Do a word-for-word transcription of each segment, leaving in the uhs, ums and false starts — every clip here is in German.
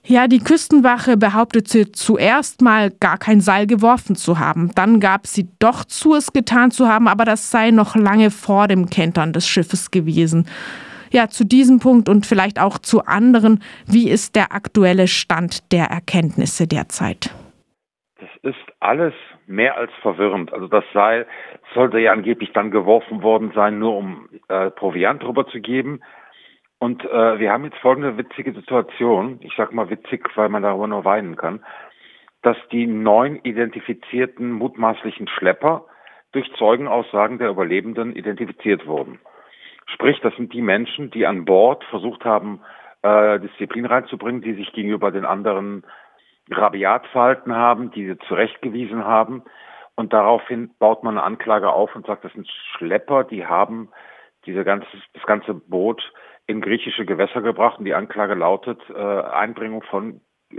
Ja, die Küstenwache behauptete zuerst mal, gar kein Seil geworfen zu haben. Dann gab sie doch zu, es getan zu haben, aber das sei noch lange vor dem Kentern des Schiffes gewesen. Ja, zu diesem Punkt und vielleicht auch zu anderen, wie ist der aktuelle Stand der Erkenntnisse derzeit? Das ist alles mehr als verwirrend. Also das Seil sollte ja angeblich dann geworfen worden sein, nur um äh, Proviant rüberzugeben. Und äh, wir haben jetzt folgende witzige Situation. Ich sage mal witzig, weil man darüber nur weinen kann, dass die neun identifizierten mutmaßlichen Schlepper durch Zeugenaussagen der Überlebenden identifiziert wurden. Sprich, das sind die Menschen, die an Bord versucht haben, äh, Disziplin reinzubringen, die sich gegenüber den anderen rabiat verhalten haben, die sie zurechtgewiesen haben. Und daraufhin baut man eine Anklage auf und sagt, das sind Schlepper, die haben diese ganze, das ganze Boot in griechische Gewässer gebracht. Und die Anklage lautet äh, Einbringung von äh,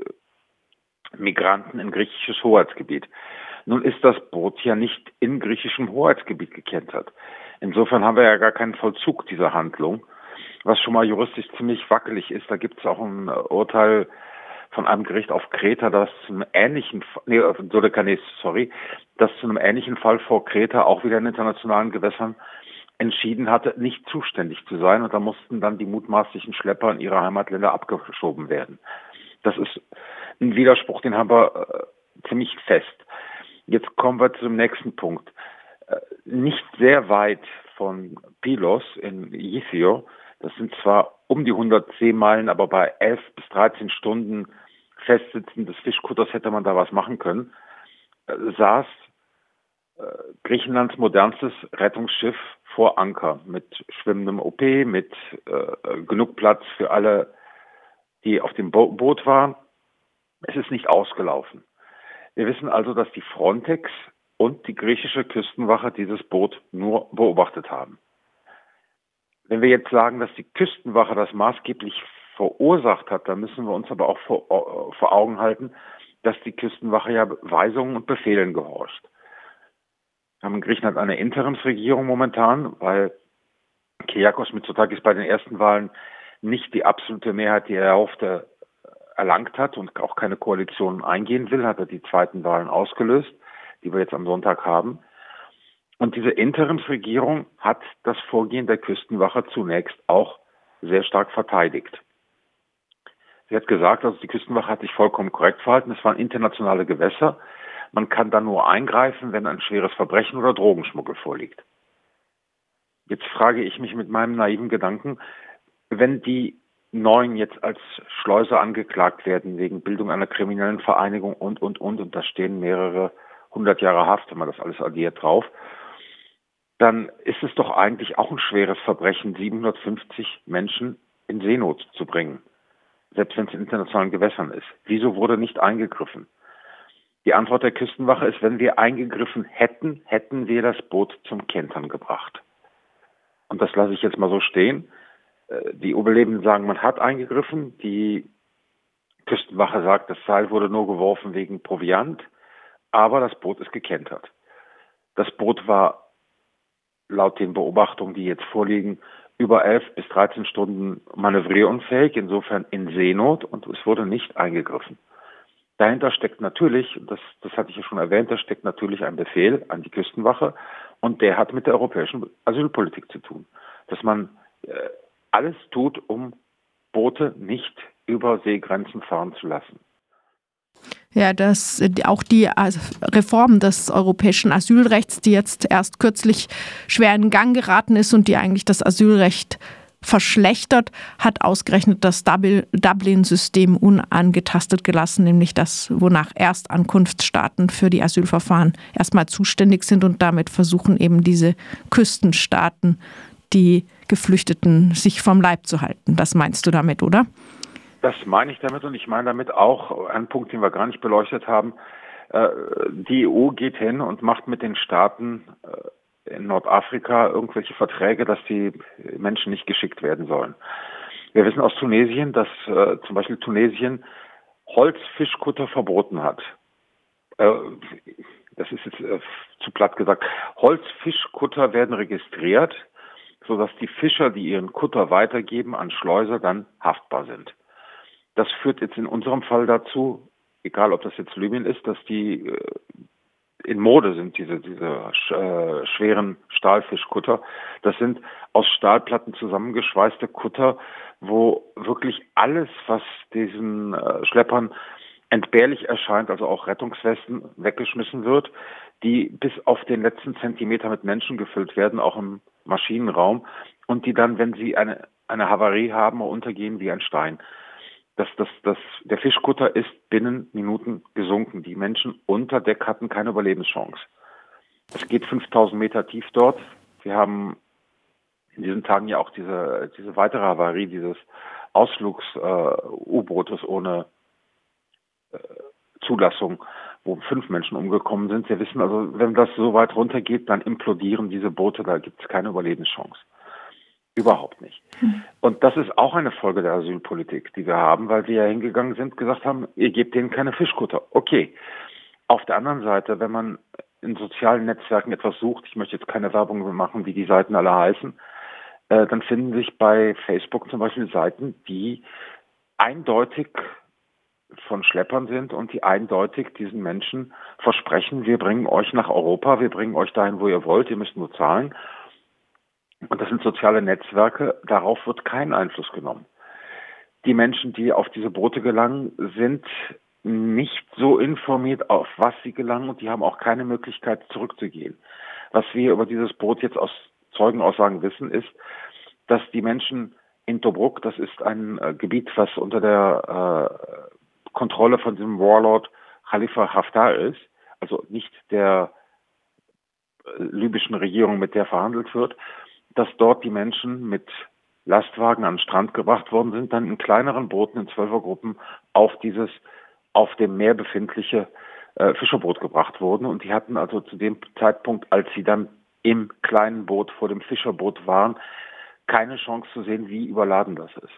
Migranten in griechisches Hoheitsgebiet. Nun ist das Boot ja nicht in griechischem Hoheitsgebiet gekentert. Insofern haben wir ja gar keinen Vollzug dieser Handlung, was schon mal juristisch ziemlich wackelig ist. Da gibt es auch ein Urteil von einem Gericht auf Kreta, das zu einem ähnlichen, nee, Dodekanes, sorry, das zu einem ähnlichen Fall vor Kreta auch wieder in internationalen Gewässern entschieden hatte, nicht zuständig zu sein. Und da mussten dann die mutmaßlichen Schlepper in ihre Heimatländer abgeschoben werden. Das ist ein Widerspruch, den haben wir äh, ziemlich fest. Jetzt kommen wir zum nächsten Punkt. Äh, nicht sehr weit von Pylos in Ithio, das sind zwar um die hundert Seemeilen, aber bei elf bis dreizehn Stunden Festsitzen des Fischkutters hätte man da was machen können, äh, saß äh, Griechenlands modernstes Rettungsschiff vor Anker mit schwimmendem O P, mit äh, genug Platz für alle, die auf dem Bo- Boot waren. Es ist nicht ausgelaufen. Wir wissen also, dass die Frontex und die griechische Küstenwache dieses Boot nur beobachtet haben. Wenn wir jetzt sagen, dass die Küstenwache das maßgeblich verursacht hat, dann müssen wir uns aber auch vor, vor Augen halten, dass die Küstenwache ja Weisungen und Befehlen gehorcht. Wir haben in Griechenland eine Interimsregierung momentan, weil Kyriakos Mitsotakis bei den ersten Wahlen nicht die absolute Mehrheit, die er erhoffte, erlangt hat und auch keine Koalition eingehen will, hat er die zweiten Wahlen ausgelöst, die wir jetzt am Sonntag haben. Und diese Interimsregierung hat das Vorgehen der Küstenwache zunächst auch sehr stark verteidigt. Sie hat gesagt, also die Küstenwache hat sich vollkommen korrekt verhalten. Es waren internationale Gewässer. Man kann da nur eingreifen, wenn ein schweres Verbrechen oder Drogenschmuggel vorliegt. Jetzt frage ich mich mit meinem naiven Gedanken, wenn die Neun jetzt als Schleuser angeklagt werden wegen Bildung einer kriminellen Vereinigung und, und, und, und da stehen mehrere hundert Jahre Haft, wenn man das alles addiert drauf, dann ist es doch eigentlich auch ein schweres Verbrechen, siebenhundertfünfzig Menschen in Seenot zu bringen, selbst wenn es in internationalen Gewässern ist. Wieso wurde nicht eingegriffen? Die Antwort der Küstenwache ist, wenn wir eingegriffen hätten, hätten wir das Boot zum Kentern gebracht. Und das lasse ich jetzt mal so stehen. Die Überlebenden sagen, man hat eingegriffen. Die Küstenwache sagt, das Seil wurde nur geworfen wegen Proviant, aber das Boot ist gekentert. Das Boot war laut den Beobachtungen, die jetzt vorliegen, über elf bis dreizehn Stunden manövrierunfähig, insofern in Seenot, und es wurde nicht eingegriffen. Dahinter steckt natürlich, das, das hatte ich ja schon erwähnt, da steckt natürlich ein Befehl an die Küstenwache und der hat mit der europäischen Asylpolitik zu tun. Dass man äh, alles tut, um Boote nicht über Seegrenzen fahren zu lassen. Ja, dass auch die Reform des europäischen Asylrechts, die jetzt erst kürzlich schwer in Gang geraten ist und die eigentlich das Asylrecht verschlechtert, hat ausgerechnet das Dublin-System unangetastet gelassen, nämlich das, wonach Erstankunftsstaaten für die Asylverfahren erstmal zuständig sind und damit versuchen eben diese Küstenstaaten, die Geflüchteten sich vom Leib zu halten. Das meinst du damit, oder? Das meine ich damit und ich meine damit auch einen Punkt, den wir gar nicht beleuchtet haben. Die E U geht hin und macht mit den Staaten in Nordafrika irgendwelche Verträge, dass die Menschen nicht geschickt werden sollen. Wir wissen aus Tunesien, dass zum Beispiel Tunesien Holzfischkutter verboten hat. Das ist jetzt zu platt gesagt. Holzfischkutter werden registriert, sodass die Fischer, die ihren Kutter weitergeben an Schleuser, dann haftbar sind. Das führt jetzt in unserem Fall dazu, egal ob das jetzt Libyen ist, dass die äh, in Mode sind, diese, diese äh, schweren Stahlfischkutter. Das sind aus Stahlplatten zusammengeschweißte Kutter, wo wirklich alles, was diesen äh, Schleppern entbehrlich erscheint, also auch Rettungswesten, weggeschmissen wird, die bis auf den letzten Zentimeter mit Menschen gefüllt werden, auch im Maschinenraum, und die dann, wenn sie eine, eine Havarie haben, untergehen wie ein Stein. Das, das, das, der Fischkutter ist binnen Minuten gesunken. Die Menschen unter Deck hatten keine Überlebenschance. Es geht fünftausend Meter tief dort. Wir haben in diesen Tagen ja auch diese, diese weitere Havarie dieses Ausflugs-U-Bootes äh, ohne äh, Zulassung, wo fünf Menschen umgekommen sind. Wir wissen also, wenn das so weit runtergeht, dann implodieren diese Boote, da gibt es keine Überlebenschance. Überhaupt nicht. Und das ist auch eine Folge der Asylpolitik, die wir haben, weil wir ja hingegangen sind, gesagt haben, ihr gebt denen keine Fischkutter. Okay. Auf der anderen Seite, wenn man in sozialen Netzwerken etwas sucht, ich möchte jetzt keine Werbung machen, wie die Seiten alle heißen, äh, dann finden sich bei Facebook zum Beispiel Seiten, die eindeutig von Schleppern sind und die eindeutig diesen Menschen versprechen, wir bringen euch nach Europa, wir bringen euch dahin, wo ihr wollt, ihr müsst nur zahlen. Und das sind soziale Netzwerke, darauf wird kein Einfluss genommen. Die Menschen, die auf diese Boote gelangen, sind nicht so informiert, auf was sie gelangen, und die haben auch keine Möglichkeit zurückzugehen. Was wir über dieses Boot jetzt aus Zeugenaussagen wissen, ist, dass die Menschen in Tobruk, das ist ein äh, Gebiet, was unter der äh, Kontrolle von diesem Warlord Khalifa Haftar ist, also nicht der äh, libyschen Regierung, mit der verhandelt wird, dass dort die Menschen mit Lastwagen an den Strand gebracht worden sind, dann in kleineren Booten, in Zwölfergruppen, auf dieses auf dem Meer befindliche äh, Fischerboot gebracht wurden. Und die hatten also zu dem Zeitpunkt, als sie dann im kleinen Boot vor dem Fischerboot waren, keine Chance zu sehen, wie überladen das ist.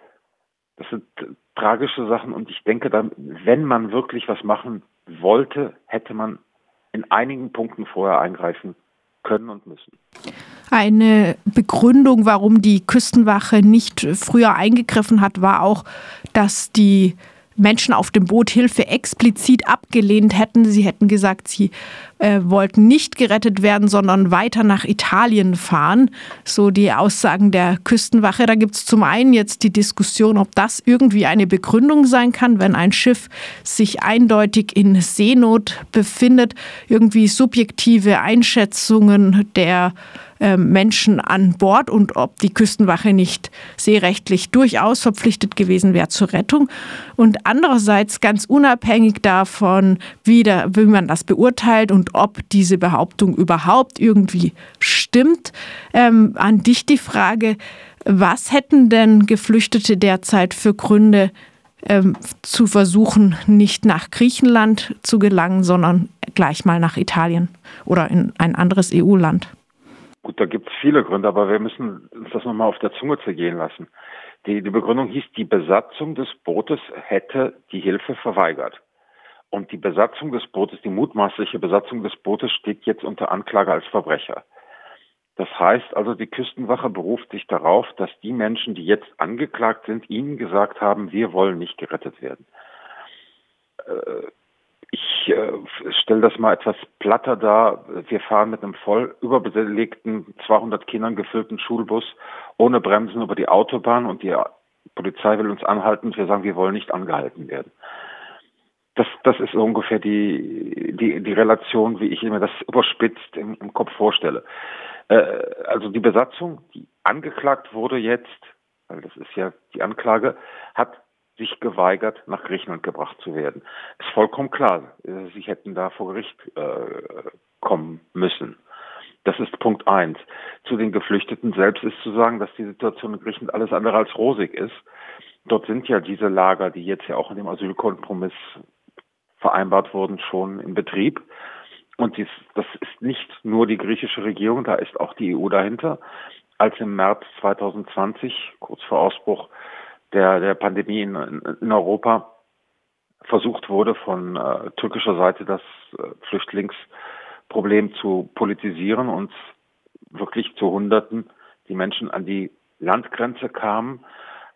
Das sind äh, tragische Sachen, und ich denke, dann, wenn man wirklich was machen wollte, hätte man in einigen Punkten vorher eingreifen können und müssen. Eine Begründung, warum die Küstenwache nicht früher eingegriffen hat, war auch, dass die Menschen auf dem Boot Hilfe explizit abgelehnt hätten. Sie hätten gesagt, sie äh, wollten nicht gerettet werden, sondern weiter nach Italien fahren. So die Aussagen der Küstenwache. Da gibt es zum einen jetzt die Diskussion, ob das irgendwie eine Begründung sein kann, wenn ein Schiff sich eindeutig in Seenot befindet. Irgendwie subjektive Einschätzungen der Menschen an Bord, und ob die Küstenwache nicht seerechtlich durchaus verpflichtet gewesen wäre zur Rettung. Und andererseits ganz unabhängig davon, wie, der, wie man das beurteilt und ob diese Behauptung überhaupt irgendwie stimmt, ähm, an dich die Frage, was hätten denn Geflüchtete derzeit für Gründe, ähm, zu versuchen, nicht nach Griechenland zu gelangen, sondern gleich mal nach Italien oder in ein anderes E U-Land? Gut, da gibt es viele Gründe, aber wir müssen uns das nochmal auf der Zunge zergehen lassen. Die, die Begründung hieß, die Besatzung des Bootes hätte die Hilfe verweigert. Und die Besatzung des Bootes, die mutmaßliche Besatzung des Bootes, steht jetzt unter Anklage als Verbrecher. Das heißt also, die Küstenwache beruft sich darauf, dass die Menschen, die jetzt angeklagt sind, ihnen gesagt haben, wir wollen nicht gerettet werden. Äh, Ich äh, stelle das mal etwas platter dar. Wir fahren mit einem voll überbelegten, zweihundert Kindern gefüllten Schulbus ohne Bremsen über die Autobahn, und die Polizei will uns anhalten und wir sagen, wir wollen nicht angehalten werden. Das, das ist ungefähr die, die, die Relation, wie ich mir das überspitzt im, im Kopf vorstelle. Äh, also die Besatzung, die angeklagt wurde jetzt, weil das ist ja die Anklage, hat sich geweigert, nach Griechenland gebracht zu werden. Ist vollkommen klar, sie hätten da vor Gericht äh, kommen müssen. Das ist Punkt eins. Zu den Geflüchteten selbst ist zu sagen, dass die Situation in Griechenland alles andere als rosig ist. Dort sind ja diese Lager, die jetzt ja auch in dem Asylkompromiss vereinbart wurden, schon in Betrieb. Und dies, das ist nicht nur die griechische Regierung, da ist auch die E U dahinter. Als im März zwanzig zwanzig, kurz vor Ausbruch der, der Pandemie in, in Europa, versucht wurde, von äh, türkischer Seite das äh, Flüchtlingsproblem zu politisieren und wirklich zu Hunderten die Menschen an die Landgrenze kamen,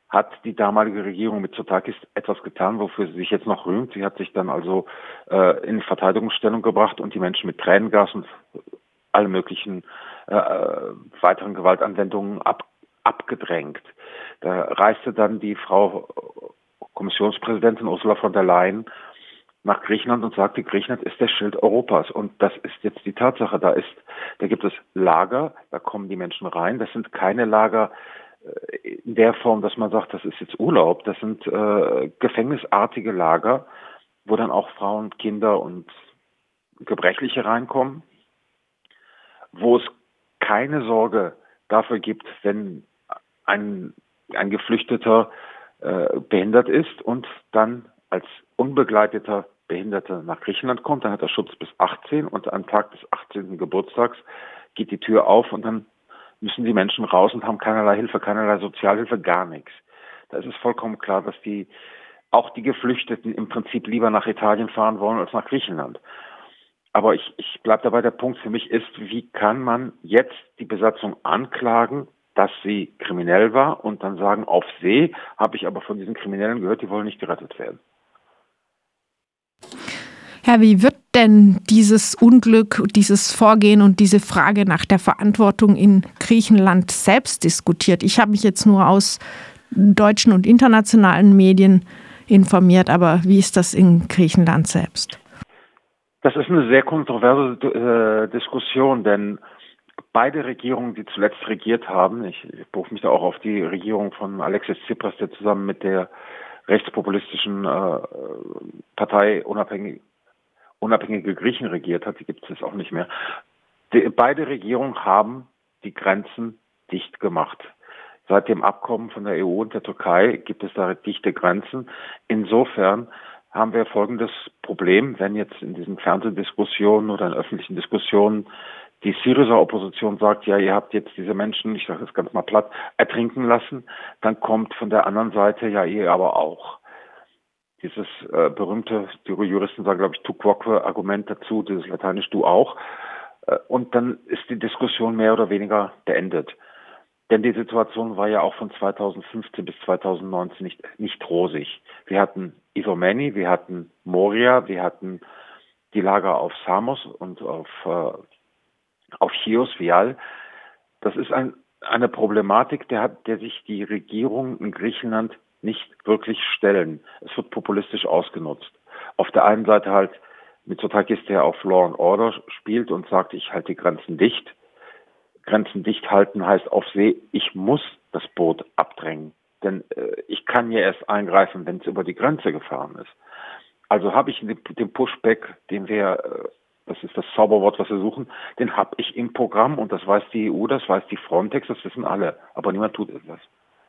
hat die damalige Regierung Mitsotakis etwas getan, wofür sie sich jetzt noch rühmt. Sie hat sich dann also äh, in Verteidigungsstellung gebracht und die Menschen mit Tränengas und alle möglichen äh, weiteren Gewaltanwendungen ab, abgedrängt. Da reiste dann die Frau Kommissionspräsidentin Ursula von der Leyen nach Griechenland und sagte, Griechenland ist der Schild Europas. Und das ist jetzt die Tatsache. Da ist, da gibt es Lager, da kommen die Menschen rein. Das sind keine Lager in der Form, dass man sagt, das ist jetzt Urlaub. Das sind äh, gefängnisartige Lager, wo dann auch Frauen, Kinder und Gebrechliche reinkommen, wo es keine Sorge dafür gibt, wenn ein, ein Geflüchteter äh, behindert ist und dann als unbegleiteter Behinderter nach Griechenland kommt, dann hat er Schutz bis achtzehn und am Tag des achtzehnten Geburtstags geht die Tür auf und dann müssen die Menschen raus und haben keinerlei Hilfe, keinerlei Sozialhilfe, gar nichts. Da ist es vollkommen klar, dass die, auch die Geflüchteten im Prinzip lieber nach Italien fahren wollen als nach Griechenland. Aber ich, ich bleibe dabei, der Punkt für mich ist, wie kann man jetzt die Besatzung anklagen, dass sie kriminell war und dann sagen, auf See habe ich aber von diesen Kriminellen gehört, die wollen nicht gerettet werden. Ja, wie wird denn dieses Unglück, dieses Vorgehen und diese Frage nach der Verantwortung in Griechenland selbst diskutiert? Ich habe mich jetzt nur aus deutschen und internationalen Medien informiert, aber wie ist das in Griechenland selbst? Das ist eine sehr kontroverse äh, Diskussion, denn beide Regierungen, die zuletzt regiert haben, ich, ich berufe mich da auch auf die Regierung von Alexis Tsipras, der zusammen mit der rechtspopulistischen äh, Partei unabhängig unabhängige Griechen regiert hat, die gibt es auch nicht mehr. Die, beide Regierungen haben die Grenzen dicht gemacht. Seit dem Abkommen von der E U und der Türkei gibt es da dichte Grenzen. Insofern haben wir folgendes Problem, wenn jetzt in diesen Fernsehdiskussionen oder in öffentlichen Diskussionen die Syriza-Opposition sagt, ja, ihr habt jetzt diese Menschen, ich sage das ganz mal platt, ertrinken lassen, dann kommt von der anderen Seite, ja, ihr aber auch. Dieses äh, berühmte, die Juristen sagen, glaube ich, tu quoque Argument dazu, dieses lateinisch du auch. Äh, und dann ist die Diskussion mehr oder weniger beendet. Denn die Situation war ja auch von zweitausendfünfzehn bis zweitausendneunzehn nicht, nicht rosig. Wir hatten Idomeni, wir hatten Moria, wir hatten die Lager auf Samos und auf, äh, auf Chios, Vial. Das ist ein, eine Problematik, der hat, der sich die Regierung in Griechenland nicht wirklich stellen. Es wird populistisch ausgenutzt. Auf der einen Seite halt Mitsotakis, der auf Law and Order spielt und sagt, ich halte die Grenzen dicht. Grenzen dicht halten heißt auf See, ich muss das Boot abdrängen. Denn äh, ich kann ja erst eingreifen, wenn es über die Grenze gefahren ist. Also habe ich den, den Pushback, den wir, äh, das ist das Zauberwort, was wir suchen, den habe ich im Programm und das weiß die E U, das weiß die Frontex, das wissen alle. Aber niemand tut etwas.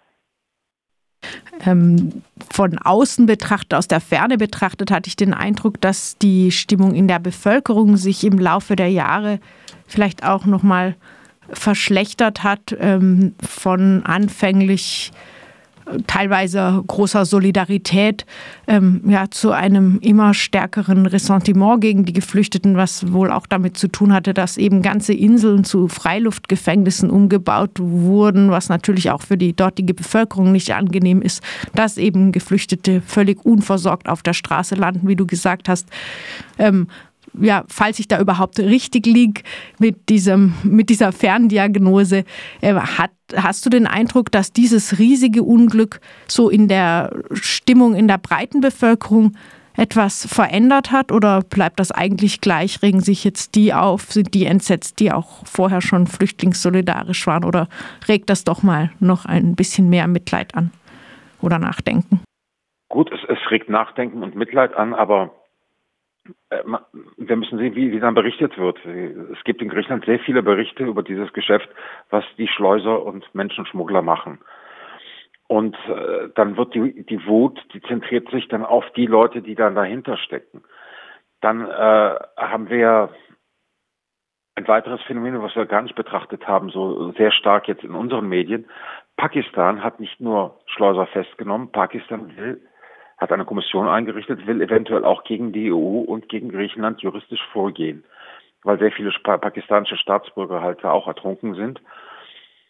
Ähm, von außen betrachtet, aus der Ferne betrachtet, hatte ich den Eindruck, dass die Stimmung in der Bevölkerung sich im Laufe der Jahre vielleicht auch noch mal verschlechtert hat, ähm, von anfänglich teilweise großer Solidarität ähm, ja, zu einem immer stärkeren Ressentiment gegen die Geflüchteten, was wohl auch damit zu tun hatte, dass eben ganze Inseln zu Freiluftgefängnissen umgebaut wurden, was natürlich auch für die dortige Bevölkerung nicht angenehm ist, dass eben Geflüchtete völlig unversorgt auf der Straße landen, wie du gesagt hast. Ähm, ja, falls ich da überhaupt richtig liege mit diesem, mit dieser Ferndiagnose, äh, hat, hast du den Eindruck, dass dieses riesige Unglück so in der Stimmung in der breiten Bevölkerung etwas verändert hat oder bleibt das eigentlich gleich? Regen sich jetzt die auf, sind die entsetzt, die auch vorher schon flüchtlingssolidarisch waren oder regt das doch mal noch ein bisschen mehr Mitleid an oder Nachdenken? Gut, es, es regt Nachdenken und Mitleid an, aber wir müssen sehen, wie, wie dann berichtet wird. Es gibt in Griechenland sehr viele Berichte über dieses Geschäft, was die Schleuser und Menschenschmuggler machen. Und äh, dann wird die, die Wut, die zentriert sich dann auf die Leute, die dann dahinter stecken. Dann äh, haben wir ein weiteres Phänomen, was wir gar nicht betrachtet haben, so sehr stark jetzt in unseren Medien. Pakistan hat nicht nur Schleuser festgenommen, Pakistan will hat eine Kommission eingerichtet, will eventuell auch gegen die E U und gegen Griechenland juristisch vorgehen, weil sehr viele pakistanische Staatsbürger halt da auch ertrunken sind.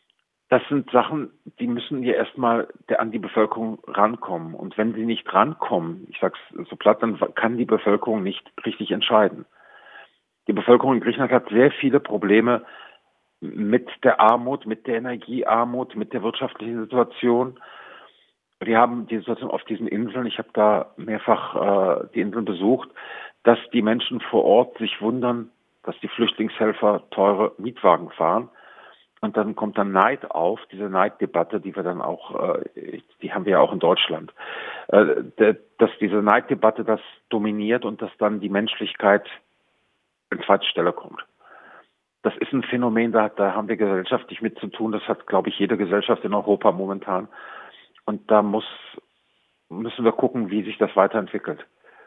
Das sind Sachen, die müssen ja erstmal an die Bevölkerung rankommen. Und wenn sie nicht rankommen, ich sag's so platt, dann kann die Bevölkerung nicht richtig entscheiden. Die Bevölkerung in Griechenland hat sehr viele Probleme mit der Armut, mit der Energiearmut, mit der wirtschaftlichen Situation. Die haben die Situation auf diesen Inseln, ich habe da mehrfach äh, die Inseln besucht, dass die Menschen vor Ort sich wundern, dass die Flüchtlingshelfer teure Mietwagen fahren. Und dann kommt dann Neid auf, diese Neiddebatte, die wir dann auch, äh, die haben wir ja auch in Deutschland, äh, dass diese Neiddebatte das dominiert und dass dann die Menschlichkeit an zweite Stelle kommt. Das ist ein Phänomen, da, da haben wir gesellschaftlich mit zu tun. Das hat, glaube ich, jede Gesellschaft in Europa momentan. Und da muss, müssen wir gucken, wie sich das weiterentwickelt.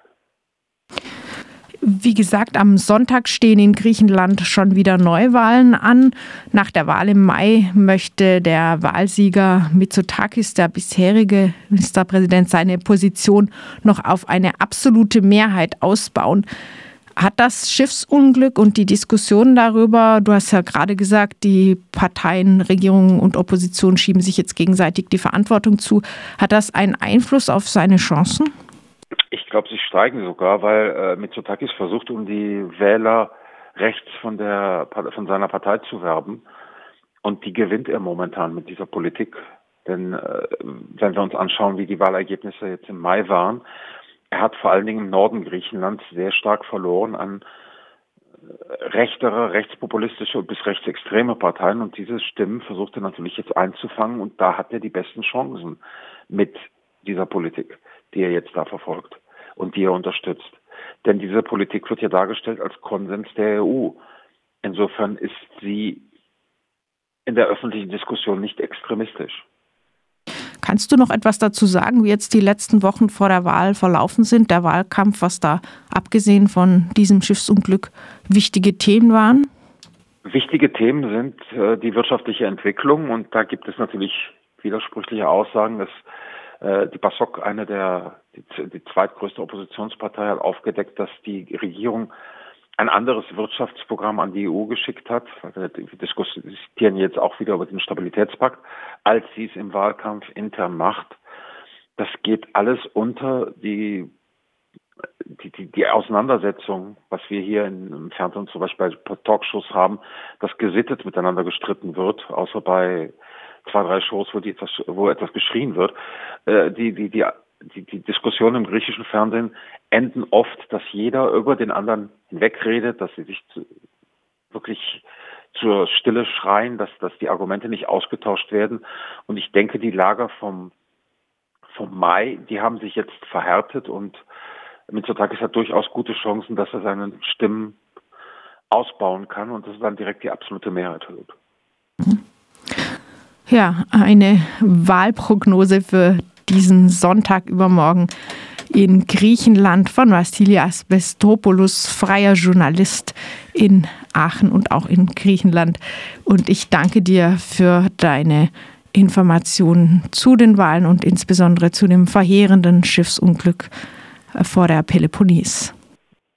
Wie gesagt, am Sonntag stehen in Griechenland schon wieder Neuwahlen an. Nach der Wahl im Mai möchte der Wahlsieger Mitsotakis, der bisherige Ministerpräsident, seine Position noch auf eine absolute Mehrheit ausbauen. Hat das Schiffsunglück und die Diskussion darüber, du hast ja gerade gesagt, die Parteien, Regierung und Opposition schieben sich jetzt gegenseitig die Verantwortung zu, hat das einen Einfluss auf seine Chancen? Ich glaube, sie steigen sogar, weil äh, Mitsotakis versucht, um die Wähler rechts von der von seiner Partei zu werben. Und die gewinnt er momentan mit dieser Politik. Denn äh, wenn wir uns anschauen, wie die Wahlergebnisse jetzt im Mai waren, er hat vor allen Dingen im Norden Griechenlands sehr stark verloren an äh, rechtere, rechtspopulistische und bis rechtsextreme Parteien. Und diese Stimmen versucht er natürlich jetzt einzufangen. Und da hat er die besten Chancen mit dieser Politik, die er jetzt da verfolgt und die er unterstützt. Denn diese Politik wird ja dargestellt als Konsens der E U. Insofern ist sie in der öffentlichen Diskussion nicht extremistisch. Kannst du noch etwas dazu sagen, wie jetzt die letzten Wochen vor der Wahl verlaufen sind, der Wahlkampf, was da abgesehen von diesem Schiffsunglück wichtige Themen waren? Wichtige Themen sind äh, die wirtschaftliche Entwicklung und da gibt es natürlich widersprüchliche Aussagen, dass die PASOK, eine der, die, die zweitgrößte Oppositionspartei, hat aufgedeckt, dass die Regierung ein anderes Wirtschaftsprogramm an die E U geschickt hat. Wir diskutieren jetzt auch wieder über den Stabilitätspakt, als sie es im Wahlkampf intern macht. Das geht alles unter die, die, die, die Auseinandersetzung, was wir hier im Fernsehen zum Beispiel bei Talkshows haben, dass gesittet miteinander gestritten wird, außer bei zwei, drei Shows, wo, die etwas, wo etwas geschrien wird. Äh, die, die, die, die, die Diskussionen im griechischen Fernsehen enden oft, dass jeder über den anderen hinwegredet, dass sie sich zu, wirklich zur Stille schreien, dass, dass die Argumente nicht ausgetauscht werden. Und ich denke, die Lager vom, vom Mai, die haben sich jetzt verhärtet und Mitsotakis hat durchaus gute Chancen, dass er seine Stimmen ausbauen kann und dass es dann direkt die absolute Mehrheit wird. Ja, eine Wahlprognose für diesen Sonntag übermorgen in Griechenland von Vassilios Vestopoulos, freier Journalist in Aachen und auch in Griechenland. Und ich danke dir für deine Informationen zu den Wahlen und insbesondere zu dem verheerenden Schiffsunglück vor der Peloponnes.